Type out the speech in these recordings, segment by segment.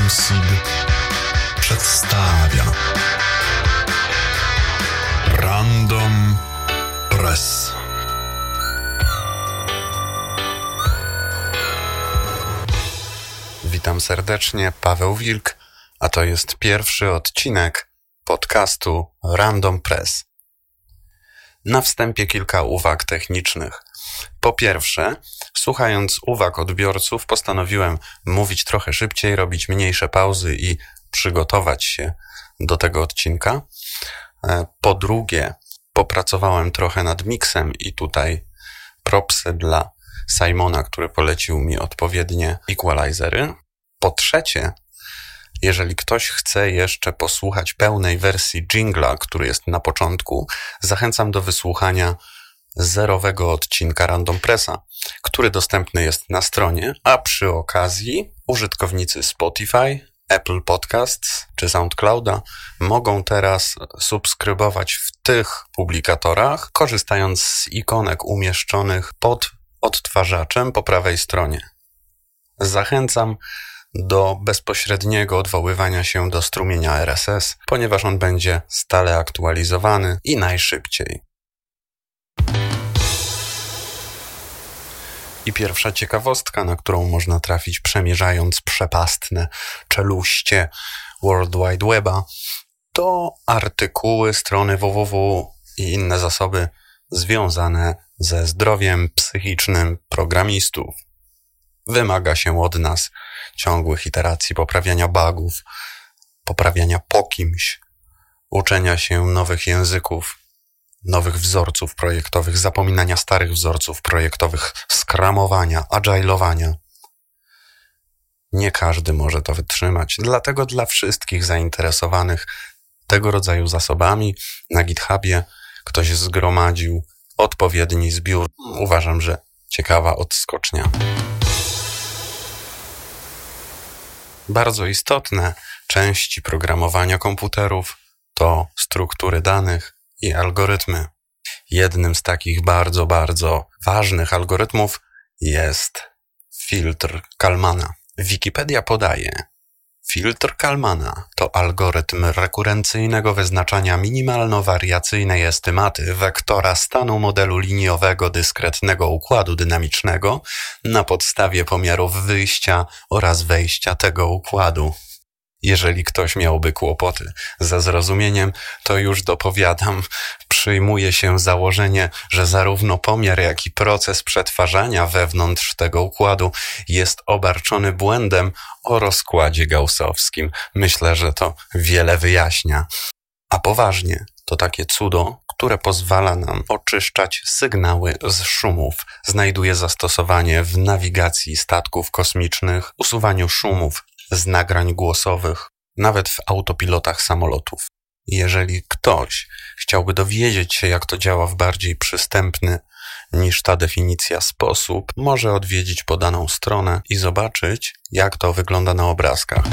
Seed przedstawia Random Press. Witam serdecznie, Paweł Wilk, a to jest pierwszy odcinek podcastu Random Press. Na wstępie kilka uwag technicznych. Po pierwsze, słuchając uwag odbiorców, postanowiłem mówić trochę szybciej, robić mniejsze pauzy i przygotować się do tego odcinka. Po drugie, popracowałem trochę nad miksem i tutaj propsy dla Simona, który polecił mi odpowiednie equalizery. Po trzecie, jeżeli ktoś chce jeszcze posłuchać pełnej wersji jingla, który jest na początku, zachęcam do wysłuchania zerowego odcinka Random Pressa, który dostępny jest na stronie, a przy okazji użytkownicy Spotify, Apple Podcasts czy SoundClouda mogą teraz subskrybować w tych publikatorach, korzystając z ikonek umieszczonych pod odtwarzaczem po prawej stronie. Zachęcam do bezpośredniego odwoływania się do strumienia RSS, ponieważ on będzie stale aktualizowany i najszybciej. I pierwsza ciekawostka, na którą można trafić przemierzając przepastne czeluście World Wide Weba, to artykuły, strony www i inne zasoby związane ze zdrowiem psychicznym programistów. Wymaga się od nas ciągłych iteracji, poprawiania bugów, poprawiania po kimś, uczenia się nowych języków, nowych wzorców projektowych, zapominania starych wzorców projektowych, skramowania, agile'owania. Nie każdy może to wytrzymać, dlatego dla wszystkich zainteresowanych tego rodzaju zasobami na GitHubie ktoś zgromadził odpowiedni zbiór. Uważam, że ciekawa odskocznia. Bardzo istotne części programowania komputerów to struktury danych i algorytmy. Jednym z takich bardzo, bardzo ważnych algorytmów jest filtr Kalmana. Wikipedia podaje: filtr Kalmana to algorytm rekurencyjnego wyznaczania minimalno-wariacyjnej estymaty wektora stanu modelu liniowego dyskretnego układu dynamicznego na podstawie pomiarów wyjścia oraz wejścia tego układu. Jeżeli ktoś miałby kłopoty ze zrozumieniem, to już dopowiadam, przyjmuje się założenie, że zarówno pomiar, jak i proces przetwarzania wewnątrz tego układu jest obarczony błędem o rozkładzie gaussowskim. Myślę, że to wiele wyjaśnia. A poważnie, to takie cudo, które pozwala nam oczyszczać sygnały z szumów. Znajduje zastosowanie w nawigacji statków kosmicznych, usuwaniu szumów z nagrań głosowych, nawet w autopilotach samolotów. Jeżeli ktoś chciałby dowiedzieć się, jak to działa w bardziej przystępny niż ta definicja sposób, może odwiedzić podaną stronę i zobaczyć, jak to wygląda na obrazkach.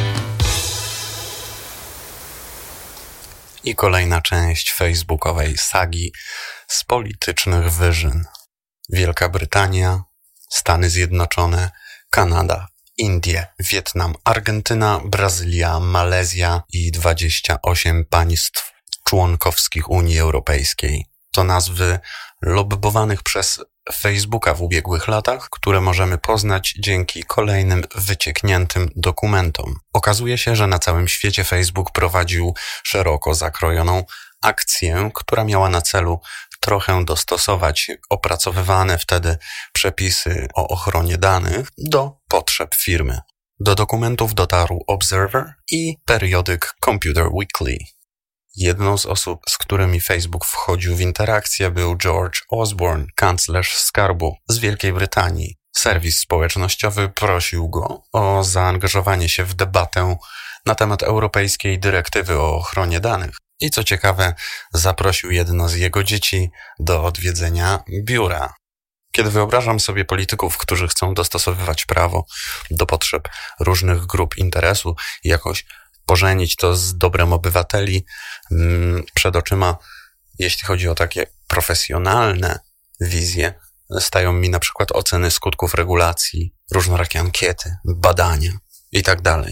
I kolejna część facebookowej sagi z politycznych wyżyn. Wielka Brytania, Stany Zjednoczone, Kanada, Indie, Wietnam, Argentyna, Brazylia, Malezja i 28 państw członkowskich Unii Europejskiej. To nazwy lobbowanych przez Facebooka w ubiegłych latach, które możemy poznać dzięki kolejnym wyciekniętym dokumentom. Okazuje się, że na całym świecie Facebook prowadził szeroko zakrojoną akcję, która miała na celu trochę dostosować opracowywane wtedy przepisy o ochronie danych do potrzeb firmy. Do dokumentów dotarł Observer i periodyk Computer Weekly. Jedną z osób, z którymi Facebook wchodził w interakcję, był George Osborne, kanclerz skarbu z Wielkiej Brytanii. Serwis społecznościowy prosił go o zaangażowanie się w debatę na temat europejskiej dyrektywy o ochronie danych. I co ciekawe, zaprosił jedno z jego dzieci do odwiedzenia biura. Kiedy wyobrażam sobie polityków, którzy chcą dostosowywać prawo do potrzeb różnych grup interesu i jakoś pożenić to z dobrem obywateli, przed oczyma, jeśli chodzi o takie profesjonalne wizje, stają mi na przykład oceny skutków regulacji, różnorakie ankiety, badania i tak dalej.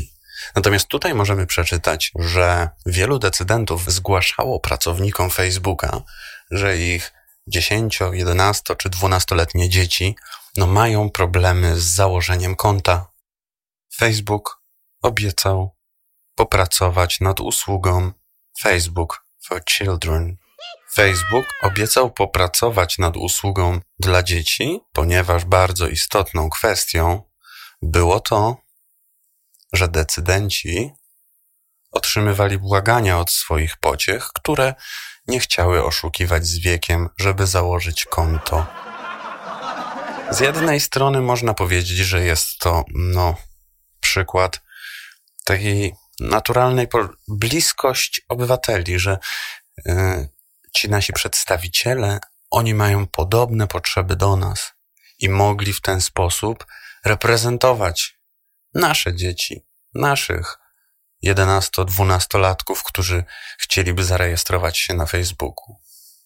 Natomiast tutaj możemy przeczytać, że wielu decydentów zgłaszało pracownikom Facebooka, że ich 10, 11 czy 12-letnie dzieci mają problemy z założeniem konta. Facebook obiecał popracować nad usługą Facebook for Children. Facebook obiecał popracować nad usługą dla dzieci, ponieważ bardzo istotną kwestią było to, że decydenci otrzymywali błagania od swoich pociech, które nie chciały oszukiwać z wiekiem, żeby założyć konto. Z jednej strony można powiedzieć, że jest to przykład takiej naturalnej bliskości obywateli, że ci nasi przedstawiciele, oni mają podobne potrzeby do nas i mogli w ten sposób reprezentować nasze dzieci, naszych 11-12-latków, którzy chcieliby zarejestrować się na Facebooku.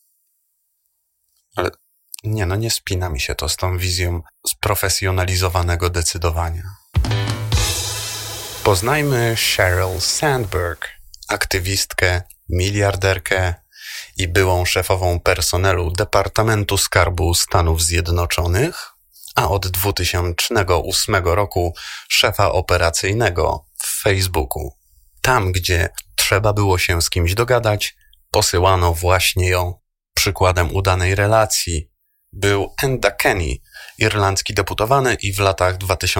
Ale nie spina mi się to z tą wizją sprofesjonalizowanego decydowania. Poznajmy Sheryl Sandberg, aktywistkę, miliarderkę i byłą szefową personelu Departamentu Skarbu Stanów Zjednoczonych, a od 2008 roku szefa operacyjnego w Facebooku. Tam, gdzie trzeba było się z kimś dogadać, posyłano właśnie ją. Przykładem udanej relacji był Enda Kenny, irlandzki deputowany i w latach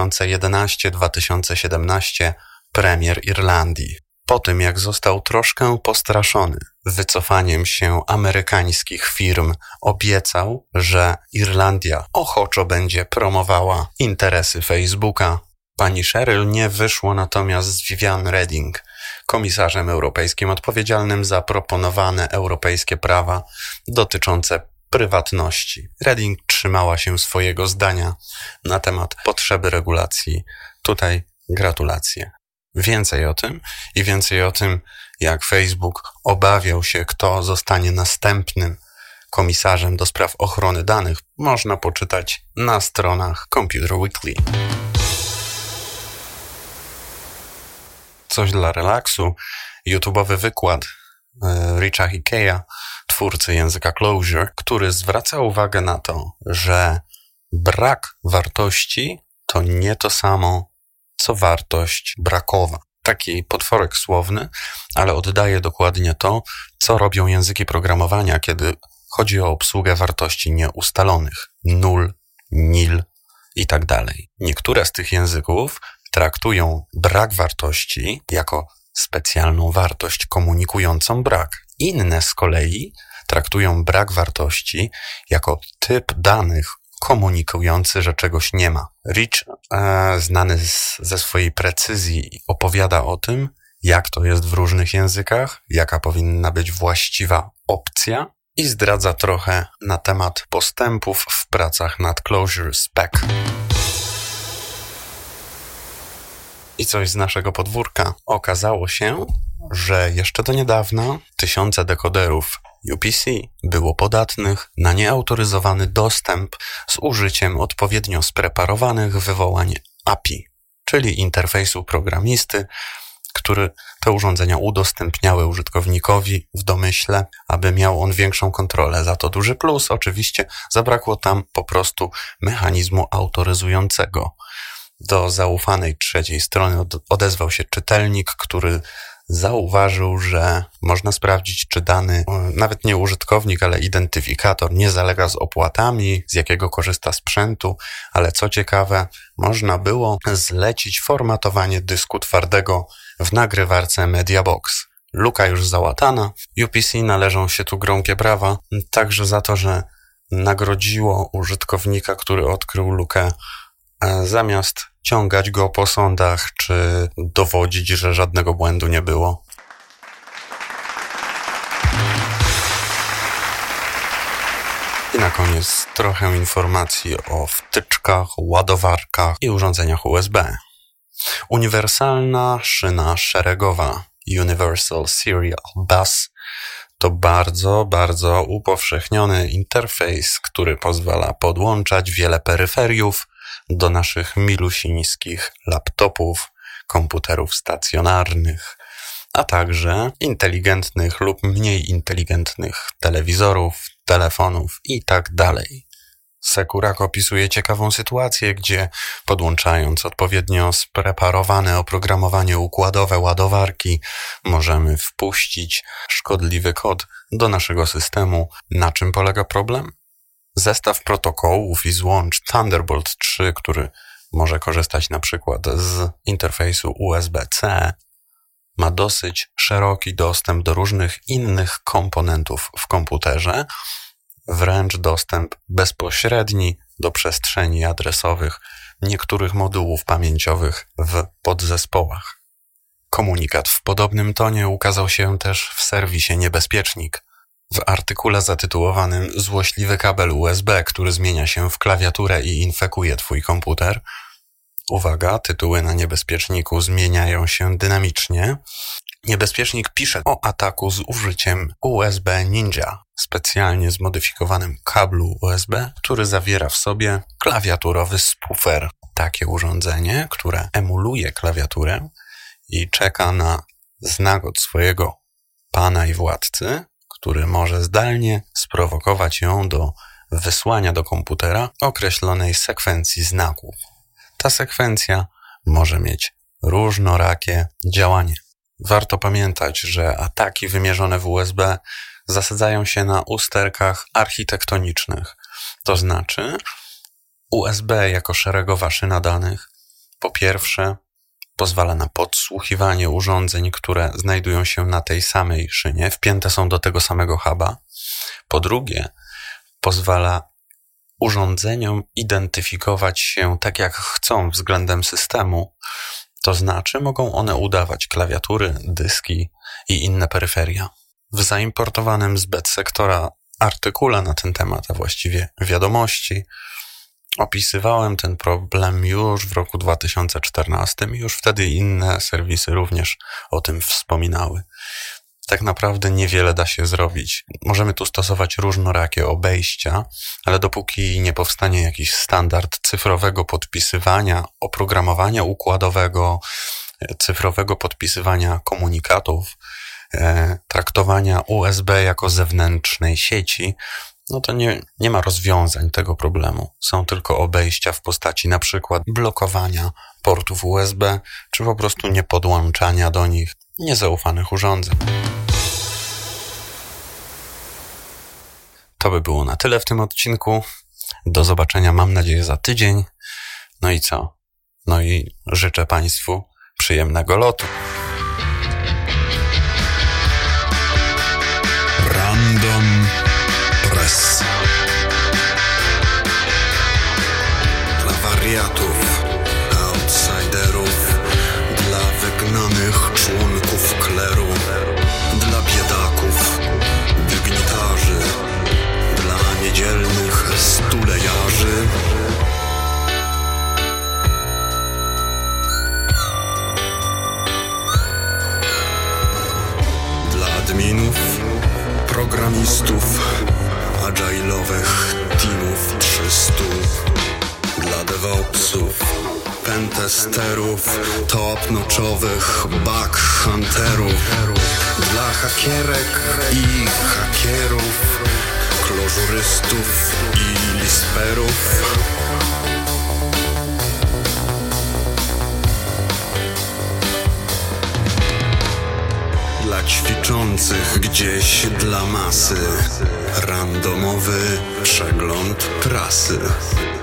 2011-2017 premier Irlandii. Po tym, jak został troszkę postraszony wycofaniem się amerykańskich firm, obiecał, że Irlandia ochoczo będzie promowała interesy Facebooka. Pani Sheryl nie wyszło natomiast z Viviane Reding, komisarzem europejskim odpowiedzialnym za proponowane europejskie prawa dotyczące prywatności. Reding trzymała się swojego zdania na temat potrzeby regulacji. Tutaj gratulacje. Więcej o tym, jak Facebook obawiał się, kto zostanie następnym komisarzem do spraw ochrony danych, można poczytać na stronach Computer Weekly. Coś dla relaksu. YouTube'owy wykład Richa Hikeya, twórcy języka Clojure, który zwraca uwagę na to, że brak wartości to nie to samo, co wartość brakowa. Taki potworek słowny, ale oddaje dokładnie to, co robią języki programowania, kiedy chodzi o obsługę wartości nieustalonych. Nul, nil i tak dalej. Niektóre z tych języków traktują brak wartości jako specjalną wartość komunikującą brak. Inne z kolei traktują brak wartości jako typ danych komunikujący, że czegoś nie ma. Rich, znany ze swojej precyzji, opowiada o tym, jak to jest w różnych językach, jaka powinna być właściwa opcja i zdradza trochę na temat postępów w pracach nad Clojure Spec. I coś z naszego podwórka. Okazało się, że jeszcze do niedawna tysiące dekoderów UPC było podatnych na nieautoryzowany dostęp z użyciem odpowiednio spreparowanych wywołań API, czyli interfejsu programisty, który te urządzenia udostępniały użytkownikowi w domyśle, aby miał on większą kontrolę. Za to duży plus, oczywiście zabrakło tam po prostu mechanizmu autoryzującego. Do zaufanej trzeciej strony odezwał się czytelnik, który zauważył, że można sprawdzić, czy dany, nawet nie użytkownik, ale identyfikator nie zalega z opłatami, z jakiego korzysta sprzętu, ale co ciekawe, można było zlecić formatowanie dysku twardego w nagrywarce Mediabox. Luka już załatana. UPC należą się tu gromkie brawa, także za to, że nagrodziło użytkownika, który odkrył lukę, zamiast ciągać go po sądach, czy dowodzić, że żadnego błędu nie było. I na koniec trochę informacji o wtyczkach, ładowarkach i urządzeniach USB. Uniwersalna szyna szeregowa Universal Serial Bus to bardzo, bardzo upowszechniony interfejs, który pozwala podłączać wiele peryferiów do naszych milusińskich laptopów, komputerów stacjonarnych, a także inteligentnych lub mniej inteligentnych telewizorów, telefonów itd. Sekurak opisuje ciekawą sytuację, gdzie podłączając odpowiednio spreparowane oprogramowanie układowe ładowarki możemy wpuścić szkodliwy kod do naszego systemu. Na czym polega problem? Zestaw protokołów i złącz Thunderbolt 3, który może korzystać na przykład z interfejsu USB-C, ma dosyć szeroki dostęp do różnych innych komponentów w komputerze, wręcz dostęp bezpośredni do przestrzeni adresowych niektórych modułów pamięciowych w podzespołach. Komunikat w podobnym tonie ukazał się też w serwisie Niebezpiecznik. W artykule zatytułowanym Złośliwy kabel USB, który zmienia się w klawiaturę i infekuje twój komputer. Uwaga, tytuły na Niebezpieczniku zmieniają się dynamicznie. Niebezpiecznik pisze o ataku z użyciem USB Ninja, specjalnie zmodyfikowanym kablu USB, który zawiera w sobie klawiaturowy spoofer. Takie urządzenie, które emuluje klawiaturę i czeka na znak od swojego pana i władcy, który może zdalnie sprowokować ją do wysłania do komputera określonej sekwencji znaków. Ta sekwencja może mieć różnorakie działanie. Warto pamiętać, że ataki wymierzone w USB zasadzają się na usterkach architektonicznych. To znaczy USB jako szeregowa szyna danych po pierwsze pozwala na podsłuchiwanie urządzeń, które znajdują się na tej samej szynie, wpięte są do tego samego huba. Po drugie pozwala urządzeniom identyfikować się tak jak chcą względem systemu, to znaczy mogą one udawać klawiatury, dyski i inne peryferia. W zaimportowanym z BED-sektora artykule na ten temat, a właściwie wiadomości, opisywałem ten problem już w roku 2014 i już wtedy inne serwisy również o tym wspominały. Tak naprawdę niewiele da się zrobić. Możemy tu stosować różnorakie obejścia, ale dopóki nie powstanie jakiś standard cyfrowego podpisywania oprogramowania układowego, cyfrowego podpisywania komunikatów, traktowania USB jako zewnętrznej sieci, no to nie ma rozwiązań tego problemu. Są tylko obejścia w postaci na przykład blokowania portów USB, czy po prostu niepodłączania do nich niezaufanych urządzeń. To by było na tyle w tym odcinku. Do zobaczenia, mam nadzieję, za tydzień. No i co? No i życzę Państwu przyjemnego lotu. Random Press. Dla wariatów, outsiderów, dla wygnanych członków kleru, dla biedaków, dygnitarzy, dla niedzielnych stulejarzy. Dla adminów, programistów, agile'owych teamów 300, dla DevOpsów, pentesterów, top-notchowych bug hunterów, dla hakierek i hakierów, klożurystów i lisperów. Dla ćwiczących gdzieś dla masy, randomowy przegląd prasy.